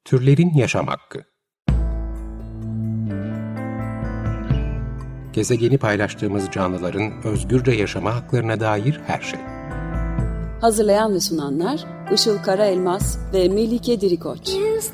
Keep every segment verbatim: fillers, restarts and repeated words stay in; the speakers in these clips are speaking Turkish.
Türlerin yaşam hakkı. Gezegeni paylaştığımız canlıların özgürce yaşama haklarına dair her şey. Hazırlayan ve sunanlar Işıl Karaelmaz ve Melike Dirikoç.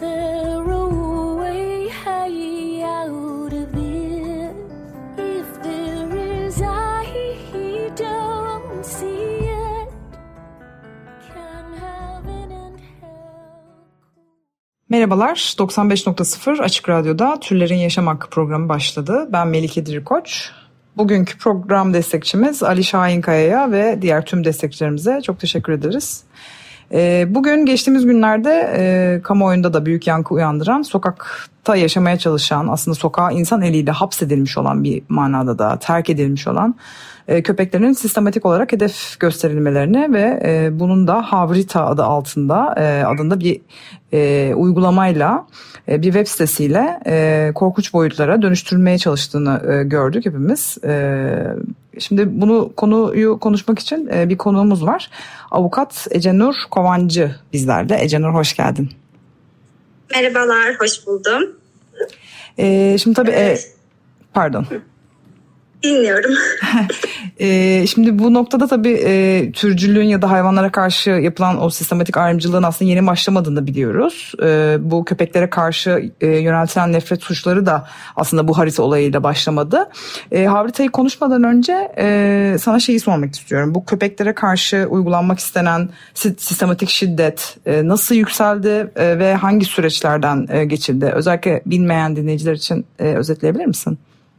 Merhabalar, doksan beş nokta sıfır Açık Radyo'da Türlerin Yaşam Hakkı programı başladı. Ben Melike Dirikoç. Bugünkü program destekçimiz Ali Şahinkaya'ya ve diğer tüm destekçilerimize çok teşekkür ederiz. Bugün geçtiğimiz günlerde e, kamuoyunda da büyük yankı uyandıran, sokakta yaşamaya çalışan, aslında sokağa insan eliyle hapsedilmiş olan, bir manada da terk edilmiş olan e, köpeklerin sistematik olarak hedef gösterilmelerini ve e, bunun da Havrita adı altında e, adında bir e, uygulamayla e, bir web sitesiyle e, korkunç boyutlara dönüştürmeye çalıştığını e, gördük hepimiz. E, Şimdi bunu konuyu konuşmak için bir konuğumuz var. Avukat Ecenur Kovancı bizlerle. Ecenur, hoş geldin. Merhabalar, hoş buldum. Ee, şimdi tabii... Evet. E, pardon. Dinliyorum. e, şimdi bu noktada tabii e, türcülüğün ya da hayvanlara karşı yapılan o sistematik ayrımcılığın aslında yeni başlamadığını da biliyoruz. E, bu köpeklere karşı e, yöneltilen nefret suçları da aslında bu harita olayıyla başlamadı. E, haritayı konuşmadan önce e, sana şeyi sormak istiyorum. Bu köpeklere karşı uygulanmak istenen sistematik şiddet e, nasıl yükseldi e, ve hangi süreçlerden e, geçildi? Özellikle bilmeyen dinleyiciler için e, özetleyebilir misin?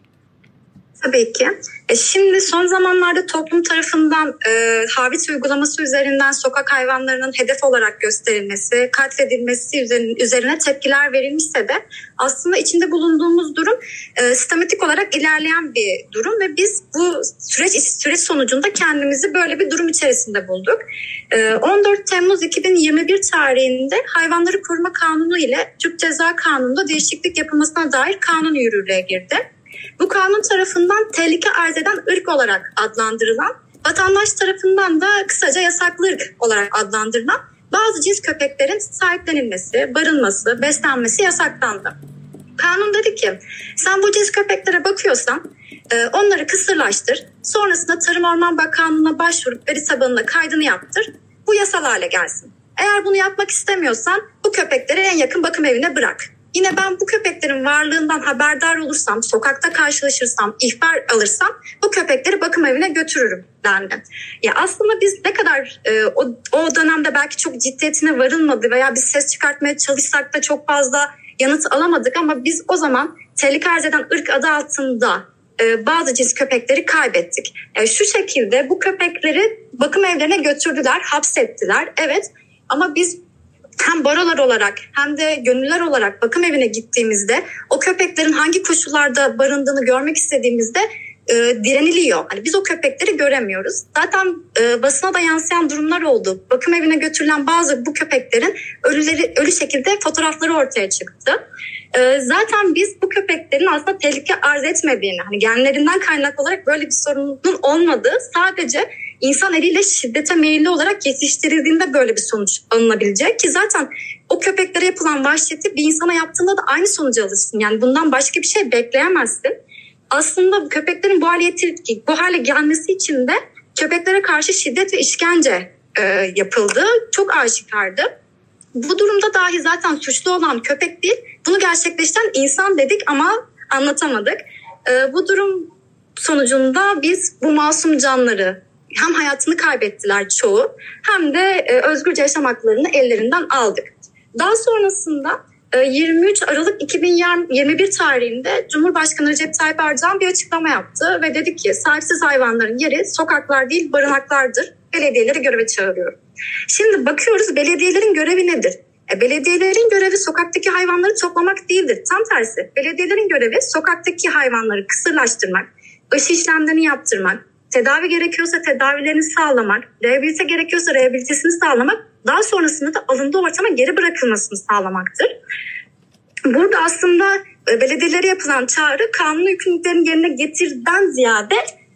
Tabii ki. E şimdi son zamanlarda toplum tarafından e, Havrit uygulaması üzerinden sokak hayvanlarının hedef olarak gösterilmesi, katledilmesi üzerine, üzerine tepkiler verilmişse de aslında içinde bulunduğumuz durum e, sistematik olarak ilerleyen bir durum ve biz bu süreç süreç sonucunda kendimizi böyle bir durum içerisinde bulduk. E, on dört Temmuz iki bin yirmi bir tarihinde Hayvanları Koruma Kanunu ile Türk Ceza Kanunu'nda değişiklik yapılmasına dair kanun yürürlüğe girdi. Bu kanun tarafından tehlike arz eden ırk olarak adlandırılan, vatandaş tarafından da kısaca yasaklı ırk olarak adlandırılan bazı cins köpeklerin sahiplenilmesi, barınması, beslenmesi yasaklandı. Kanun dedi ki, sen bu cins köpeklere bakıyorsan onları kısırlaştır, sonrasında Tarım Orman Bakanlığı'na başvurup veri tabanına kaydını yaptır, bu yasal hale gelsin. Eğer bunu yapmak istemiyorsan bu köpekleri en yakın bakım evine bırak. Yine ben bu köpeklerin varlığından haberdar olursam, sokakta karşılaşırsam, ihbar alırsam bu köpekleri bakım evine götürürüm dendi. Ya aslında biz ne kadar e, o, o dönemde belki çok ciddiyetine varılmadı veya biz ses çıkartmaya çalışsak da çok fazla yanıt alamadık ama biz o zaman tehlike arz eden ırk adı altında e, bazı cins köpekleri kaybettik. E, şu şekilde bu köpekleri bakım evlerine götürdüler, hapsettiler. Evet, ama biz hem barolar olarak hem de gönüllüler olarak bakım evine gittiğimizde o köpeklerin hangi koşullarda barındığını görmek istediğimizde e, direniliyor. Hani biz o köpekleri göremiyoruz. Zaten e, basına da yansıyan durumlar oldu. Bakım evine götürülen bazı bu köpeklerin ölüleri ölü şekilde fotoğrafları ortaya çıktı. E, zaten biz bu köpeklerin aslında tehlike arz etmediğini, hani genlerinden kaynaklı olarak böyle bir sorunun olmadığı, sadece İnsan eliyle şiddete meyilli olarak yetiştirildiğinde böyle bir sonuç alınabilecek ki zaten o köpeklere yapılan vahşeti bir insana yaptığında da aynı sonucu alırsın. Yani bundan başka bir şey bekleyemezsin. Aslında bu köpeklerin bu hale, bu hale gelmesi için de köpeklere karşı şiddet ve işkence e, yapıldı. Çok aşikardı. Bu durumda dahi zaten suçlu olan köpek değil, bunu gerçekleştiren insan dedik ama anlatamadık. E, bu durum sonucunda biz bu masum canları hem hayatını kaybettiler çoğu hem de e, özgürce yaşam haklarını ellerinden aldık. Daha sonrasında e, yirmi üç Aralık iki bin yirmi bir tarihinde Cumhurbaşkanı Recep Tayyip Erdoğan bir açıklama yaptı ve dedi ki sahipsiz hayvanların yeri sokaklar değil barınaklardır. Belediyeleri göreve çağırıyorum. Şimdi bakıyoruz, belediyelerin görevi nedir? E, belediyelerin görevi sokaktaki hayvanları toplamak değildir. Tam tersi, belediyelerin görevi sokaktaki hayvanları kısırlaştırmak, aşı işlemlerini yaptırmak, tedavi gerekiyorsa tedavilerini sağlamak, rehabilite gerekiyorsa rehabilitesini sağlamak, daha sonrasında da alındığı ortama geri bırakılmasını sağlamaktır. Burada aslında belediyelere yapılan çağrı kanun yükümlülüklerini yerine getirden ziyade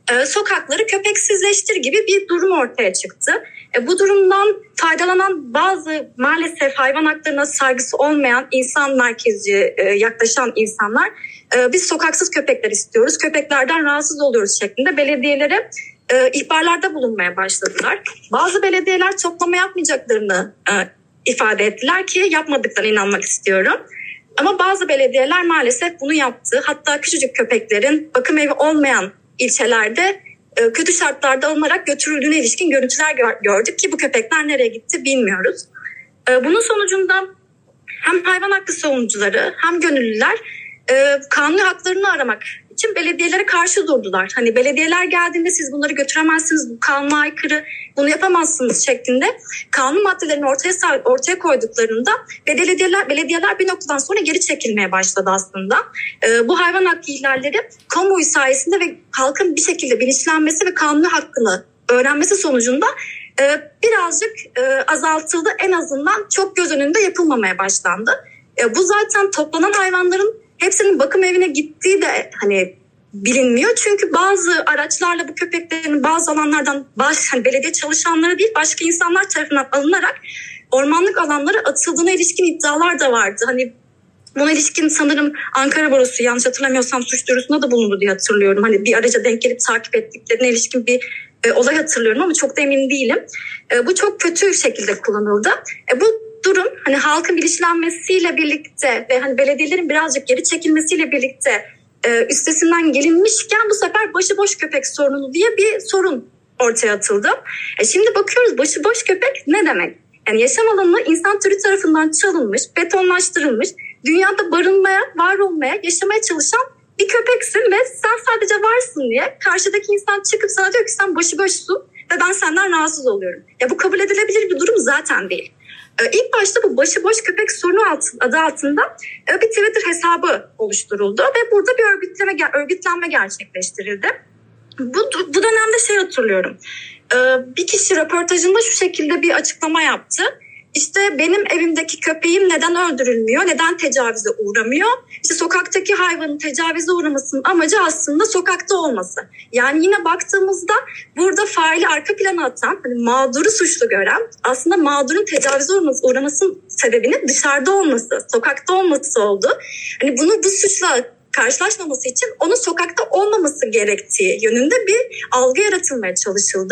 e, sokakları köpeksizleştir gibi bir durum ortaya çıktı. E, bu durumdan faydalanan bazı maalesef hayvan haklarına saygısı olmayan, insan merkezci e, yaklaşan insanlar e, biz sokaksız köpekler istiyoruz, köpeklerden rahatsız oluyoruz şeklinde belediyelere e, ihbarlarda bulunmaya başladılar. Bazı belediyeler toplama yapmayacaklarını e, ifade ettiler ki yapmadıklarına inanmak istiyorum. Ama bazı belediyeler maalesef bunu yaptı. Hatta küçücük köpeklerin bakım evi olmayan ilçelerde e, kötü şartlarda alınarak götürüldüğüne ilişkin görüntüler gördük ki bu köpekler nereye gitti bilmiyoruz. E, bunun sonucunda hem hayvan hakkı savunucuları hem gönüllüler e, kanuni haklarını aramak için belediyelere karşı durdular. Hani belediyeler geldiğinde siz bunları götüremezsiniz, bu kanuna aykırı, bunu yapamazsınız şeklinde kanun maddelerini ortaya ortaya koyduklarında belediyeler belediyeler bir noktadan sonra geri çekilmeye başladı aslında. Ee, bu hayvan hakkı ihlalleri kamuoyu sayesinde ve halkın bir şekilde bilinçlenmesi ve kanuni hakkını öğrenmesi sonucunda e, birazcık e, azaltıldı. En azından çok göz önünde yapılmamaya başlandı. E, bu zaten toplanan hayvanların hepsinin bakım evine gittiği de hani bilinmiyor. Çünkü bazı araçlarla bu köpeklerin bazı alanlardan baş, hani belediye çalışanları değil başka insanlar tarafından alınarak ormanlık alanlara atıldığına ilişkin iddialar da vardı. Hani buna ilişkin sanırım Ankara Barosu yanlış hatırlamıyorsam suç duyurusunda da bulundu diye hatırlıyorum. Hani bir araca denk gelip takip ettiklerine ilişkin bir e, olay hatırlıyorum ama çok da emin değilim. E, bu çok kötü şekilde kullanıldı. E, bu durum hani halkın bilinçlenmesiyle birlikte ve hani belediyelerin birazcık geri çekilmesiyle birlikte e, üstesinden gelinmişken bu sefer başıboş köpek sorunu diye bir sorun ortaya atıldı. E, şimdi bakıyoruz başıboş köpek ne demek? Yani yaşam alanı insan türü tarafından çalınmış, betonlaştırılmış, dünyada barınmaya, var olmaya, yaşamaya çalışan bir köpeksin ve sen sadece varsın diye karşıdaki insan çıkıp sana diyor ki sen başıboşsun ve ben senden rahatsız oluyorum. Ya bu kabul edilebilir bir durum zaten değil. İlk başta bu başıboş köpek sorunu adı altında bir Twitter hesabı oluşturuldu ve burada bir örgütleme, örgütlenme gerçekleştirildi. Bu, bu dönemde şey hatırlıyorum. Bir kişi röportajında şu şekilde bir açıklama yaptı. İşte benim evimdeki köpeğim neden öldürülmüyor, neden tecavüze uğramıyor? İşte sokaktaki hayvanın tecavüze uğramasının amacı aslında sokakta olması. Yani yine baktığımızda burada faili arka plana atan, hani mağduru suçlu gören, aslında mağdurun tecavüze uğramasının sebebinin dışarıda olması, sokakta olması oldu. Hani bunu bu suçla karşılaşmaması için onun sokakta olmaması gerektiği yönünde bir algı yaratılmaya çalışıldı.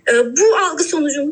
Bu algı sonucunda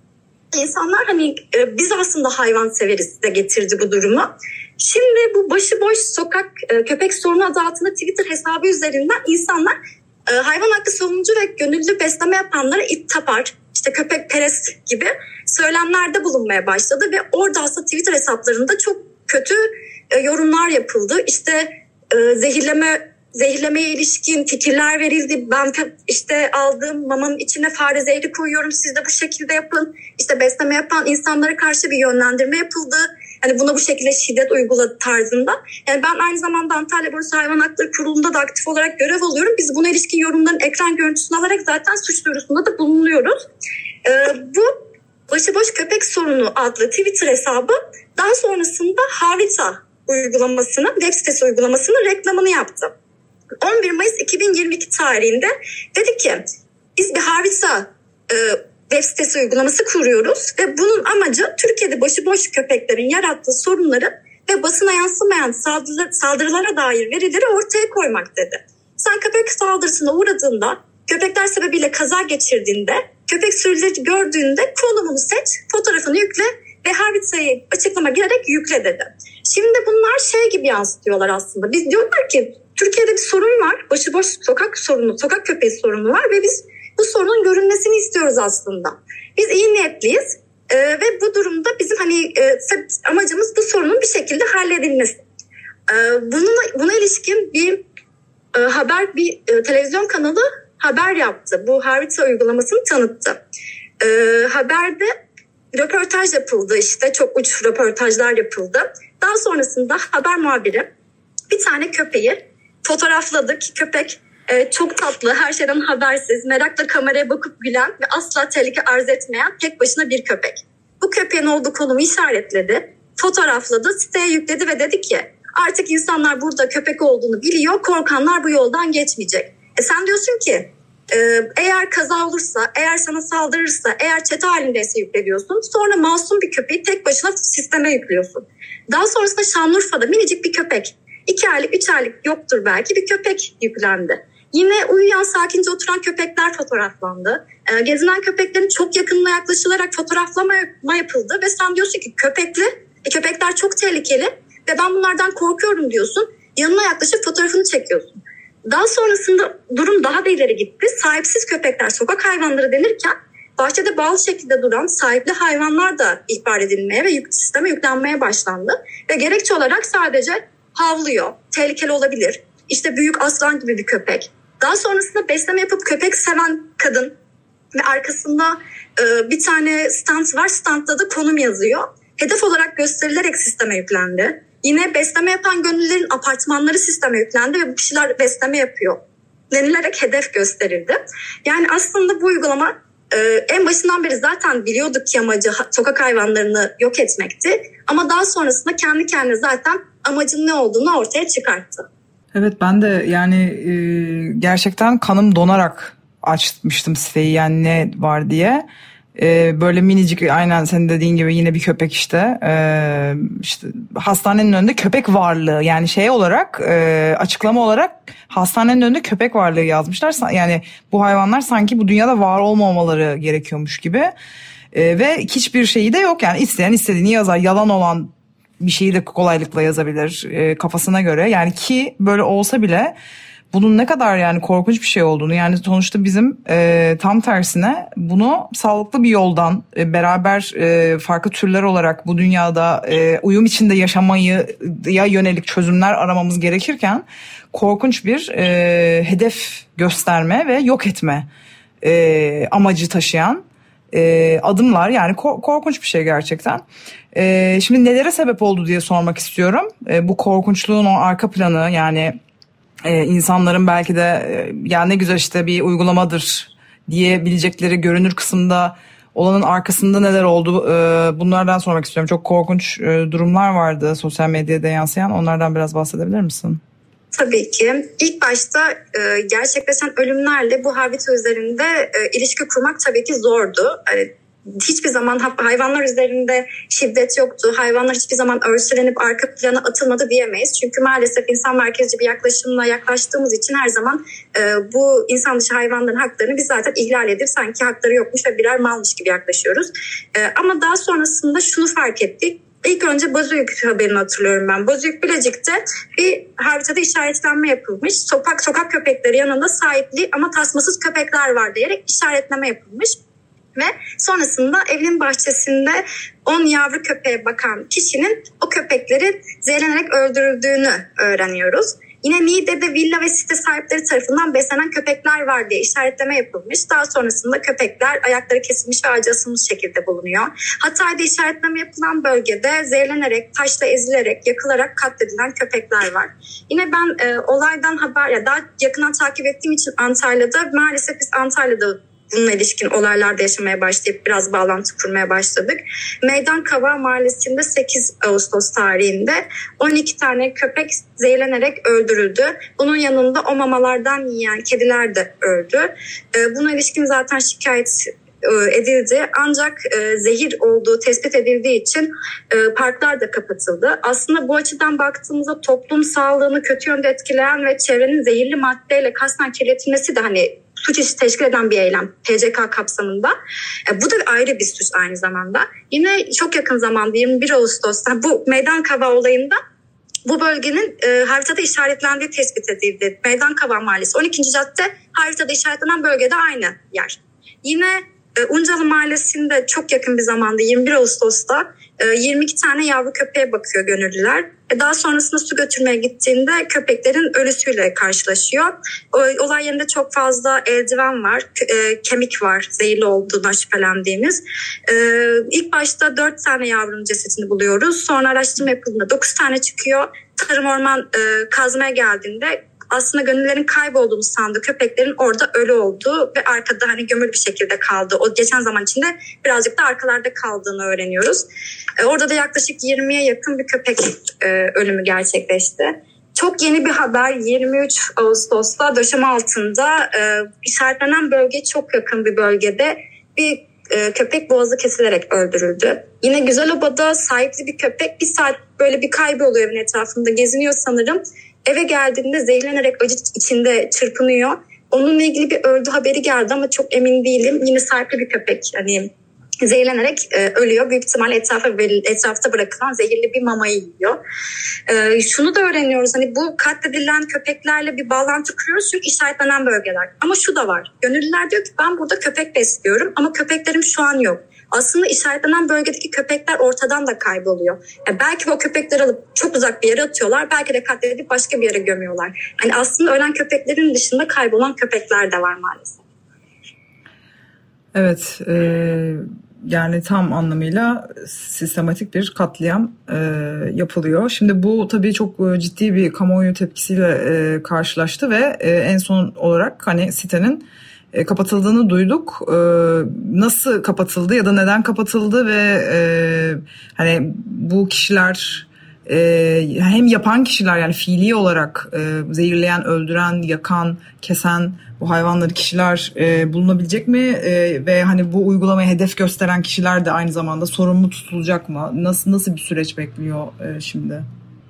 İnsanlar hani e, biz aslında hayvan severiz de getirdi bu durumu. Şimdi bu başıboş sokak e, köpek sorunu adı altında Twitter hesabı üzerinden insanlar e, hayvan hakkı savunucu ve gönüllü besleme yapanlara it tapar, işte köpek perest gibi söylemlerde bulunmaya başladı ve orada aslında Twitter hesaplarında çok kötü e, yorumlar yapıldı. İşte e, zehirleme Zehirlemeye ilişkin fikirler verildi. Ben işte aldığım mamanın içine fare zehri koyuyorum. Siz de bu şekilde yapın. İşte besleme yapan insanlara karşı bir yönlendirme yapıldı. Hani buna bu şekilde şiddet uyguladı tarzında. Yani ben aynı zamanda Antalya Barosu Hayvan Hakları Kurulu'nda da aktif olarak görev alıyorum. Biz buna ilişkin yorumların ekran görüntüsünü alarak zaten suç duyurusunda da bulunuyoruz. Ee, bu başıboş köpek sorunu adlı Twitter hesabı daha sonrasında Harita uygulamasının, web sitesi uygulamasının reklamını yaptı. on bir Mayıs iki bin yirmi iki tarihinde dedi ki biz bir Harita e, web sitesi uygulaması kuruyoruz ve bunun amacı Türkiye'de başıboş köpeklerin yarattığı sorunları ve basına yansımayan saldırı, saldırılara dair verileri ortaya koymak dedi. Sen köpek saldırısına uğradığında, köpekler sebebiyle kaza geçirdiğinde, köpek sürüleri gördüğünde konumunu seç, fotoğrafını yükle ve Harita'yı açıklama girerek yükle dedi. Şimdi bunlar şey gibi yansıtıyorlar aslında. Biz diyorlar ki Türkiye'de bir sorun var. Başıboş sokak sorunu, sokak köpeği sorunu var ve biz bu sorunun görünmesini istiyoruz aslında. Biz iyi niyetliyiz e, ve bu durumda bizim hani e, amacımız bu sorunun bir şekilde halledilmesi. E, bununla, buna ilişkin bir e, haber, bir e, televizyon kanalı haber yaptı. Bu Harita uygulamasını tanıttı. E, haberde röportaj yapıldı, işte çok uç röportajlar yapıldı. Daha sonrasında haber muhabiri bir tane köpeği fotoğrafladı ki köpek e, çok tatlı, her şeyden habersiz, merakla kameraya bakıp gülen ve asla tehlike arz etmeyen tek başına bir köpek. Bu köpeğin olduğu konumu işaretledi, fotoğrafladı, siteye yükledi ve dedi ki artık insanlar burada köpek olduğunu biliyor, korkanlar bu yoldan geçmeyecek. E sen diyorsun ki Eğer kaza olursa, eğer sana saldırırsa, eğer çete halindeyse yükleniyorsun. Sonra masum bir köpeği tek başına sisteme yüklüyorsun. Daha sonrasında Şanlıurfa'da minicik bir köpek, iki aylık, üç aylık yoktur belki, bir köpek yüklendi. Yine uyuyan, sakince oturan köpekler fotoğraflandı. E, gezinen köpeklerin çok yakınına yaklaşılarak fotoğraflama yapıldı. Ve sen diyorsun ki köpekli, e, köpekler çok tehlikeli ve ben bunlardan korkuyorum diyorsun. Yanına yaklaşıp fotoğrafını çekiyorsun. Daha sonrasında durum daha da ileri gitti. Sahipsiz köpekler, sokak hayvanları denirken bahçede bağlı şekilde duran sahipli hayvanlar da ihbar edilmeye ve yük, sisteme yüklenmeye başlandı. Ve gerekçe olarak sadece havlıyor, tehlikeli olabilir. İşte büyük aslan gibi bir köpek. Daha sonrasında besleme yapıp köpek seven kadın ve arkasında e, bir tane stand var. Standta da konum yazıyor. Hedef olarak gösterilerek sisteme yüklendi. Yine besleme yapan gönüllülerin apartmanları sisteme yüklendi ve bu kişiler besleme yapıyor denilerek hedef gösterildi. Yani aslında bu uygulama e, en başından beri zaten biliyorduk ki amacı sokak hayvanlarını yok etmekti. Ama daha sonrasında kendi kendine zaten amacın ne olduğunu ortaya çıkarttı. Evet, ben de yani e, gerçekten kanım donarak açmıştım siteyi, yani ne var diye. E, böyle minicik, aynen senin dediğin gibi yine bir köpek işte. E, işte hastanenin önünde köpek varlığı, yani şey olarak e, açıklama olarak hastanenin önünde köpek varlığı yazmışlar. Yani bu hayvanlar sanki bu dünyada var olmamaları gerekiyormuş gibi. E, ve hiçbir şeyi de yok, yani isteyen istediğini yazar. Yalan olan bir şeyi de kolaylıkla yazabilir e, kafasına göre. Yani ki böyle olsa bile bunun ne kadar yani korkunç bir şey olduğunu, yani sonuçta bizim e, tam tersine bunu sağlıklı bir yoldan e, beraber e, farklı türler olarak bu dünyada e, uyum içinde yaşamayı ya yönelik çözümler aramamız gerekirken korkunç bir e, hedef gösterme ve yok etme e, amacı taşıyan e, adımlar, yani ko- korkunç bir şey gerçekten. E, şimdi nelere sebep oldu diye sormak istiyorum. E, bu korkunçluğun o arka planı, yani Ee, insanların belki de e, ya ne güzel işte bir uygulamadır diyebilecekleri görünür kısımda olanın arkasında neler oldu, ee, bunlardan sormak istiyorum. Çok korkunç e, durumlar vardı sosyal medyada yansıyan, onlardan biraz bahsedebilir misin? Tabii ki. İlk başta e, gerçekleşen ölümlerle bu habitat üzerinde e, ilişki kurmak tabii ki zordu. Yani hiçbir zaman hayvanlar üzerinde şiddet yoktu. Hayvanlar hiçbir zaman örselenip arka plana atılmadı diyemeyiz. Çünkü maalesef insan merkezci bir yaklaşımla yaklaştığımız için her zaman e, bu insan dışı hayvanların haklarını biz zaten ihlal edip sanki hakları yokmuş ve birer malmış gibi yaklaşıyoruz. E, ama daha sonrasında şunu fark ettik. İlk önce Bozüyük haberini hatırlıyorum ben. Bozüyük Bilecik'te bir haritada işaretlenme yapılmış. Sokak sokak köpekleri yanında sahipli ama tasmasız köpekler var diyerek işaretleme yapılmış. Ve sonrasında evin bahçesinde on yavru köpeğe bakan kişinin o köpekleri zehirlenerek öldürüldüğünü öğreniyoruz. Yine Niğde'de villa ve site sahipleri tarafından beslenen köpekler var diye işaretleme yapılmış. Daha sonrasında köpekler ayakları kesilmiş ve ağaca asılmış şekilde bulunuyor. Hatay'da işaretleme yapılan bölgede zehirlenerek, taşla ezilerek, yakılarak katledilen köpekler var. Yine ben e, olaydan haber, ya daha yakından takip ettiğim için Antalya'da, maalesef biz Antalya'da bununla ilişkin olaylarda yaşamaya başlayıp biraz bağlantı kurmaya başladık. Meydankava Mahallesi'nde sekiz Ağustos tarihinde on iki tane köpek zehirlenerek öldürüldü. Bunun yanında o mamalardan yiyen kediler de öldü. Buna ilişkin zaten şikayet edildi. Ancak e, zehir olduğu tespit edildiği için e, parklar da kapatıldı. Aslında bu açıdan baktığımızda toplum sağlığını kötü yönde etkileyen ve çevrenin zehirli maddeyle kasten kirletilmesi de hani suç işi teşkil eden bir eylem T C K kapsamında. E, bu da ayrı bir suç aynı zamanda. Yine çok yakın zamanda yirmi bir Ağustos'ta bu Meydankava olayında bu bölgenin e, haritada işaretlendiği tespit edildi. Meydankava Mahallesi on ikinci cadde haritada işaretlenen bölgede aynı yer. Yine e, Uncalı Mahallesi'nde çok yakın bir zamanda yirmi bir Ağustos'ta e, yirmi iki tane yavru köpeğe bakıyor gönüllüler. E, daha sonrasında su götürmeye gittiğinde köpeklerin ölüsüyle karşılaşıyor. O, olay yerinde çok fazla eldiven var, e, kemik var zehirli olduğundan şüphelendiğimiz. E, ilk başta dört tane yavrunun cesetini buluyoruz. Sonra araştırma yapıldığında dokuz tane çıkıyor. Tarım Orman e, kazmaya geldiğinde aslında gönüllülerin kaybolduğunu sandığı köpeklerin orada ölü olduğu ve arkada hani gömülü bir şekilde kaldığı, o geçen zaman içinde birazcık da arkalarda kaldığını öğreniyoruz. E, orada da yaklaşık yirmiye yakın bir köpek e, ölümü gerçekleşti. çok yeni bir haber. yirmi üç Ağustos'ta döşeme altında e, işaretlenen bölgeye çok yakın bir bölgede bir e, köpek boğazı kesilerek öldürüldü. Yine Güzeloba'da sahipli bir köpek bir saat böyle bir kayboluyor, evin etrafında geziniyor sanırım. Eve geldiğinde zehirlenerek acı içinde çırpınıyor. Onunla ilgili bir öldü haberi geldi ama çok emin değilim. Yine sahipli bir köpek, hani zehirlenerek e, ölüyor. Büyük ihtimalle etrafa etrafta bırakılan zehirli bir mamayı yiyor. E, şunu da öğreniyoruz. Hani bu katledilen köpeklerle bir bağlantı kuruyoruz çünkü işaretlenen bölgeler. Ama şu da var. Gönüllüler diyor ki ben burada köpek besliyorum ama köpeklerim şu an yok. Aslında işaretlenen bölgedeki köpekler ortadan da kayboluyor. Yani belki o köpekleri alıp çok uzak bir yere atıyorlar. Belki de katledip başka bir yere gömüyorlar. Yani aslında ölen köpeklerin dışında kaybolan köpekler de var maalesef. Evet, e, yani tam anlamıyla sistematik bir katliam e, yapılıyor. Şimdi bu tabii çok ciddi bir kamuoyu tepkisiyle e, karşılaştı ve e, en son olarak hani sitenin e, kapatıldığını duyduk. E, nasıl kapatıldı ya da neden kapatıldı ve e, hani bu kişiler e, hem yapan kişiler, yani fiili olarak e, zehirleyen, öldüren, yakan, kesen bu hayvanları kişiler e, bulunabilecek mi? E, ve hani bu uygulamaya hedef gösteren kişiler de aynı zamanda sorumlu tutulacak mı? Nasıl nasıl bir süreç bekliyor e, şimdi?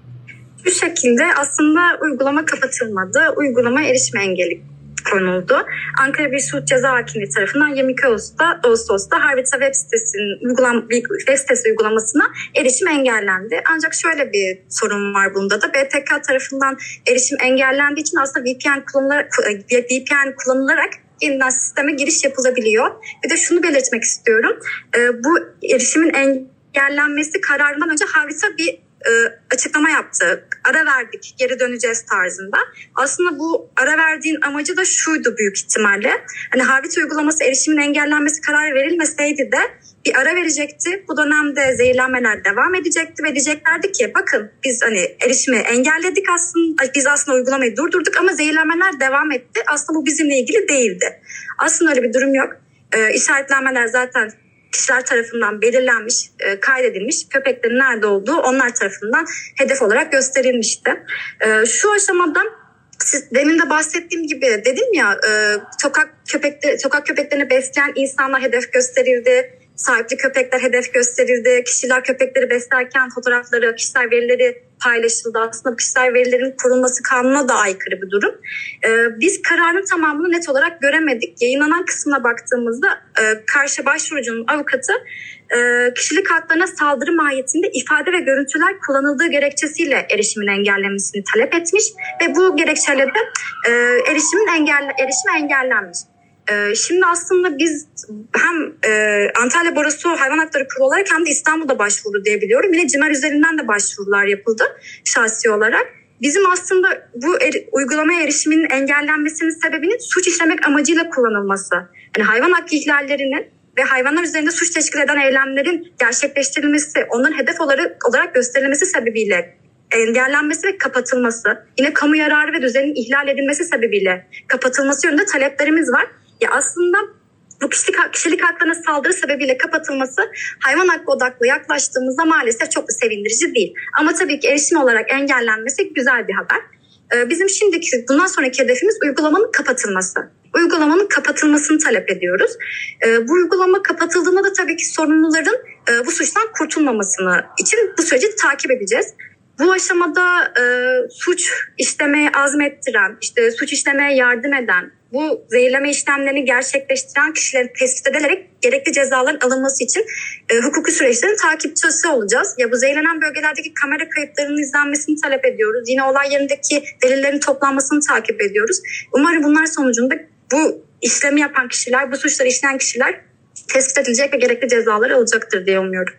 Bu şekilde aslında uygulama kapatılmadı. Uygulama erişim engeli konuldu. Ankara Bir Suç Ceza Hakimliği tarafından yirmi iki Ağustos'ta Harvita web sitesinin uygulam web sitesi uygulamasına erişim engellendi. Ancak şöyle bir sorun var bunda da. B T K tarafından erişim engellendiği için aslında V P N kullanılarak, V P N kullanılarak yeniden sisteme giriş yapılabiliyor. Bir de şunu belirtmek istiyorum. Bu erişimin engellenmesi kararından önce Harvita bir açıklama yaptı. Ara verdik, geri döneceğiz tarzında. Aslında bu ara verdiğin amacı da şuydu büyük ihtimalle. Hani Harvita uygulaması erişimin engellenmesi kararı verilmeseydi de bir ara verecekti. Bu dönemde zehirlenmeler devam edecekti ve diyeceklerdi ki bakın biz hani erişimi engelledik aslında. Biz aslında uygulamayı durdurduk ama zehirlenmeler devam etti. Aslında bu bizimle ilgili değildi. Aslında öyle bir durum yok. Ee, işaretlenmeler zaten kişiler tarafından belirlenmiş, e, kaydedilmiş, köpeklerin nerede olduğu onlar tarafından hedef olarak gösterilmişti. E, şu aşamada siz, demin de bahsettiğim gibi dedim ya, e, sokak köpekleri, sokak köpeklerini besleyen insanlar hedef gösterildi. Sahipli köpekler hedef gösterildi. Kişiler köpekleri beslerken fotoğrafları, kişisel verileri paylaşıldı. Aslında bu kişisel verilerin korunması kanununa da aykırı bir durum. Ee, biz kararın tamamını net olarak göremedik. Yayınlanan kısmına baktığımızda e, karşı başvurucunun avukatı e, kişilik haklarına saldırı mahiyetinde ifade ve görüntüler kullanıldığı gerekçesiyle erişimin engellenmesini talep etmiş ve bu gerekçeyle de e, erişimin engelle, erişime engellenmiş. Şimdi aslında biz hem Antalya Barosu Hayvan Hakları Kurulu olarak hem de İstanbul'da başvuru diye biliyorum. Yine CİMER üzerinden de başvurular yapıldı şahsi olarak. Bizim aslında bu er, uygulamaya erişimin engellenmesinin sebebinin suç işlemek amacıyla kullanılması. Yani hayvan hakkı ihlallerinin ve hayvanlar üzerinde suç teşkil eden eylemlerin gerçekleştirilmesi, onların hedef olarak, olarak gösterilmesi sebebiyle engellenmesi ve kapatılması, yine kamu yararı ve düzenin ihlal edilmesi sebebiyle kapatılması yönünde taleplerimiz var. Ya aslında bu kişilik, kişilik haklarına saldırı sebebiyle kapatılması hayvan hakkı odaklı yaklaştığımızda maalesef çok da sevindirici değil. Ama tabii ki erişim olarak engellenmesi güzel bir haber. Ee, bizim şimdiki bundan sonraki hedefimiz uygulamanın kapatılması. Uygulamanın kapatılmasını talep ediyoruz. Ee, bu uygulama kapatıldığında da tabii ki sorumluların e, bu suçtan kurtulmamasını için bu süreci takip edeceğiz. Bu aşamada e, suç işlemeye azmettiren, işte suç işlemeye yardım eden, bu zehirleme işlemlerini gerçekleştiren kişilerin tespit edilerek gerekli cezaların alınması için e, hukuki süreçlerin takipçisi olacağız. Ya bu zehirlenen bölgelerdeki kamera kayıtlarının izlenmesini talep ediyoruz. Yine olay yerindeki delillerin toplanmasını takip ediyoruz. Umarım bunlar sonucunda bu işlemi yapan kişiler, bu suçları işleyen kişiler tespit edilecek ve gerekli cezaları alacaktır diye umuyorum.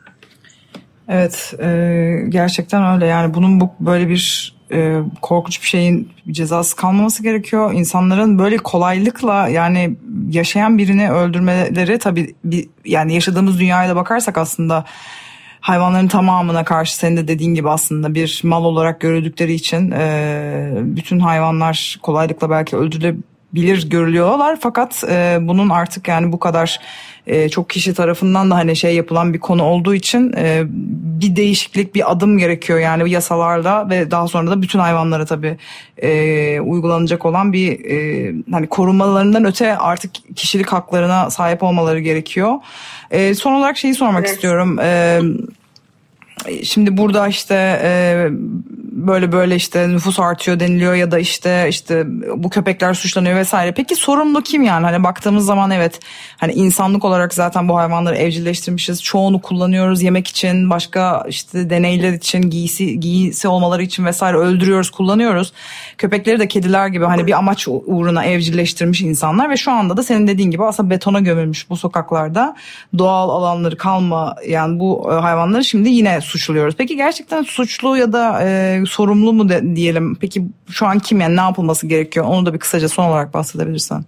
Evet, e, gerçekten öyle. Yani bunun bu böyle bir e, korkunç bir şeyin cezası kalmaması gerekiyor. İnsanların böyle kolaylıkla, yani yaşayan birini öldürmeleri, tabii bir, yani yaşadığımız dünyaya da bakarsak aslında hayvanların tamamına karşı, senin de dediğin gibi aslında bir mal olarak görüldükleri için e, bütün hayvanlar kolaylıkla belki öldürülebilir görülüyorlar. Fakat e, bunun artık yani bu kadar e, çok kişi tarafından da hani şey yapılan bir konu olduğu için e, bir değişiklik, bir adım gerekiyor yani yasalarla ve daha sonra da bütün hayvanlara tabii e, uygulanacak olan bir e, hani korumalarından öte artık kişilik haklarına sahip olmaları gerekiyor. E, son olarak şeyi sormak evet. istiyorum. E, Şimdi burada işte e, böyle böyle işte nüfus artıyor deniliyor ya da işte işte bu köpekler suçlanıyor vesaire. Peki sorumlu kim yani? Hani baktığımız zaman evet hani insanlık olarak zaten bu hayvanları evcilleştirmişiz. Çoğunu kullanıyoruz yemek için, başka işte deneyler için, giysi giysi olmaları için vesaire öldürüyoruz, kullanıyoruz. Köpekleri de kediler gibi hani bir amaç uğruna evcilleştirmiş insanlar ve şu anda da senin dediğin gibi aslında betona gömülmüş bu sokaklarda doğal alanları kalma yani bu hayvanları şimdi yine suçluyoruz. Peki gerçekten suçlu ya da e, sorumlu mu de, diyelim? Peki şu an kim yani ne yapılması gerekiyor? Onu da bir kısaca son olarak bahsedebilirsen.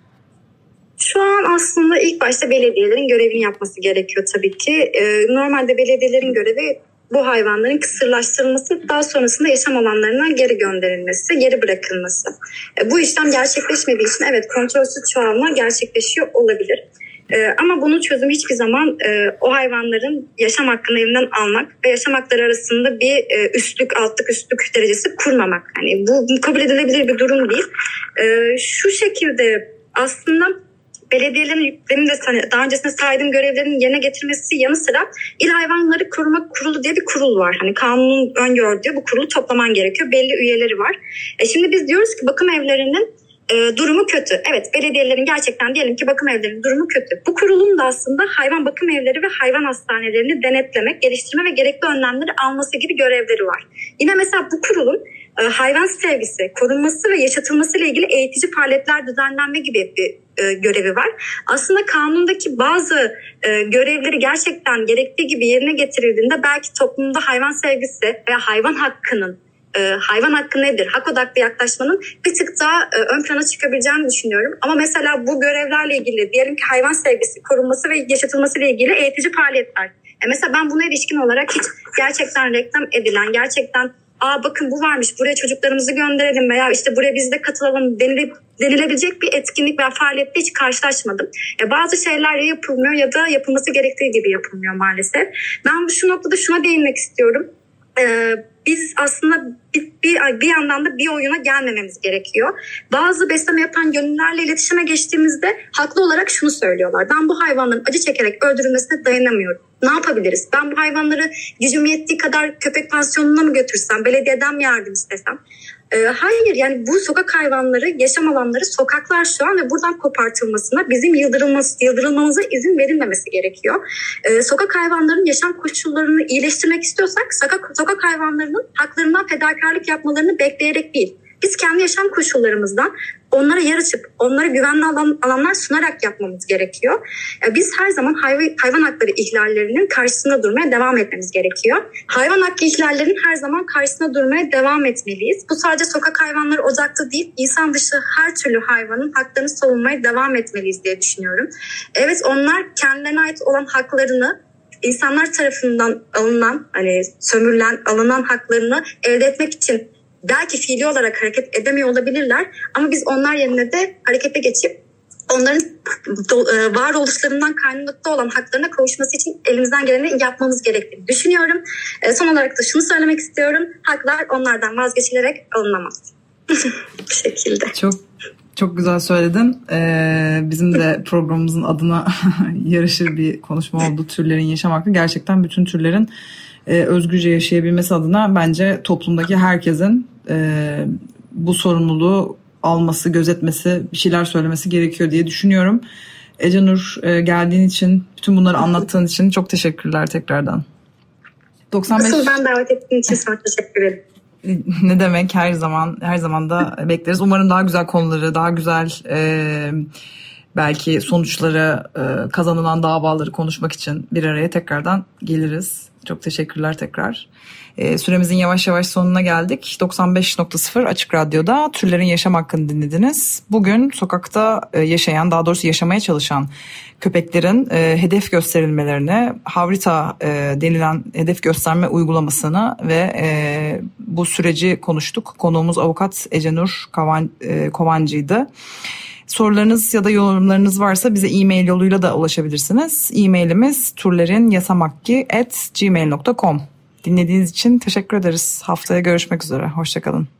Şu an aslında ilk başta belediyelerin görevini yapması gerekiyor tabii ki. Ee, normalde belediyelerin görevi bu hayvanların kısırlaştırılması, daha sonrasında yaşam alanlarına geri gönderilmesi, geri bırakılması. Ee, bu işlem gerçekleşmediği için evet kontrolsüz çoğalma gerçekleşiyor olabilir. Ee, ama bunun çözümü hiçbir zaman e, o hayvanların yaşam hakkını elinden almak ve yaşam hakları arasında bir e, üstlük, altlık, üstlük derecesi kurmamak. Yani bu, bu kabul edilebilir bir durum değil. E, şu şekilde aslında belediyelerin yüklerini de daha öncesinde saydığım görevlerin yerine getirmesi yanı sıra İl Hayvanları Koruma Kurulu diye bir kurul var. Hani kanunun öngördüğü bu kurulu toplaman gerekiyor. Belli üyeleri var. E şimdi biz diyoruz ki bakım evlerinin e, durumu kötü. Evet, belediyelerin gerçekten diyelim ki bakım evlerinin durumu kötü. Bu kurulun da aslında hayvan bakım evleri ve hayvan hastanelerini denetlemek, geliştirme ve gerekli önlemleri alması gibi görevleri var. Yine mesela bu kurulun hayvan sevgisi, korunması ve yaşatılması ile ilgili eğitici faaliyetler düzenlenme gibi bir e, görevi var. Aslında kanundaki bazı e, görevleri gerçekten gerektiği gibi yerine getirildiğinde belki toplumda hayvan sevgisi veya hayvan hakkının, e, hayvan hakkı nedir, hak odaklı yaklaşmanın bir tık daha e, ön plana çıkabileceğini düşünüyorum. Ama mesela bu görevlerle ilgili diyelim ki hayvan sevgisi, korunması ve yaşatılması ile ilgili eğitici faaliyetler. E, mesela ben buna ilişkin olarak hiç gerçekten reklam edilen, gerçekten aa bakın bu varmış buraya çocuklarımızı gönderelim veya işte buraya biz de katılalım denile, denilebilecek bir etkinlik veya faaliyette hiç karşılaşmadım. Ya bazı şeyler ya yapılmıyor ya da yapılması gerektiği gibi yapılmıyor maalesef. Ben şu noktada şuna değinmek istiyorum. Ee, biz aslında bir, bir, bir yandan da bir oyuna gelmememiz gerekiyor. Bazı besleme yapan gönüllülerle iletişime geçtiğimizde haklı olarak şunu söylüyorlar. Ben bu hayvanların acı çekerek öldürülmesine dayanamıyorum. Ne yapabiliriz? Ben bu hayvanları gücüm yettiği kadar köpek pansiyonuna mı götürsem, belediyeden mi yardım istesem? Ee, hayır, yani bu sokak hayvanları, yaşam alanları sokaklar şu an ve buradan kopartılmasına, bizim yıldırılması, yıldırılmamıza izin verilmemesi gerekiyor. Ee, sokak hayvanlarının yaşam koşullarını iyileştirmek istiyorsak sokak, sokak hayvanlarının haklarından fedakarlık yapmalarını bekleyerek değil. Biz kendi yaşam koşullarımızdan onlara yer açıp, onlara güvenli alan, alanlar sunarak yapmamız gerekiyor. Biz her zaman hayvan, hayvan hakları ihlallerinin karşısında durmaya devam etmemiz gerekiyor. Hayvan hakkı ihlallerinin her zaman karşısında durmaya devam etmeliyiz. Bu sadece sokak hayvanları odaklı değil, insan dışı her türlü hayvanın haklarını savunmaya devam etmeliyiz diye düşünüyorum. Evet, onlar kendilerine ait olan haklarını, insanlar tarafından alınan, hani sömürülen, alınan haklarını elde etmek için belki fiili olarak hareket edemiyor olabilirler ama biz onlar yerine de harekete geçip onların varoluşlarından kaynaklı olan haklarına kavuşması için elimizden geleni yapmamız gerektiğini düşünüyorum. Son olarak da şunu söylemek istiyorum. Haklar onlardan vazgeçilerek alınamaz. Bu şekilde. Çok çok güzel söyledin. Ee, bizim de programımızın adına yarışır bir konuşma oldu. Türlerin yaşam hakkı. Gerçekten bütün türlerin e, özgürce yaşayabilmesi adına bence toplumdaki herkesin e, bu sorumluluğu alması, gözetmesi, bir şeyler söylemesi gerekiyor diye düşünüyorum. Ece Nur, e, geldiğin için, bütün bunları anlattığın için çok teşekkürler tekrardan. doksan beş Asıl ben davet ettiğin için sana teşekkür ederim. Ne demek, her zaman her zaman da bekleriz. Umarım daha güzel konuları, daha güzel e, belki sonuçları, e, kazanılan davaları konuşmak için bir araya tekrardan geliriz. Çok teşekkürler tekrar. E, süremizin yavaş yavaş sonuna geldik. doksan beş nokta sıfır Açık Radyo'da Türlerin Yaşam Hakkını dinlediniz. Bugün sokakta e, yaşayan, daha doğrusu yaşamaya çalışan köpeklerin e, hedef gösterilmelerini, Havrita e, denilen hedef gösterme uygulamasını ve e, bu süreci konuştuk. Konuğumuz avukat Ece Nur Kovan, e, Kovancı'ydı. Sorularınız ya da yorumlarınız varsa bize e-mail yoluyla da ulaşabilirsiniz. E-mailimiz turlerinyasamakki at gmail nokta com. Dinlediğiniz için teşekkür ederiz. Haftaya görüşmek üzere. Hoşça kalın.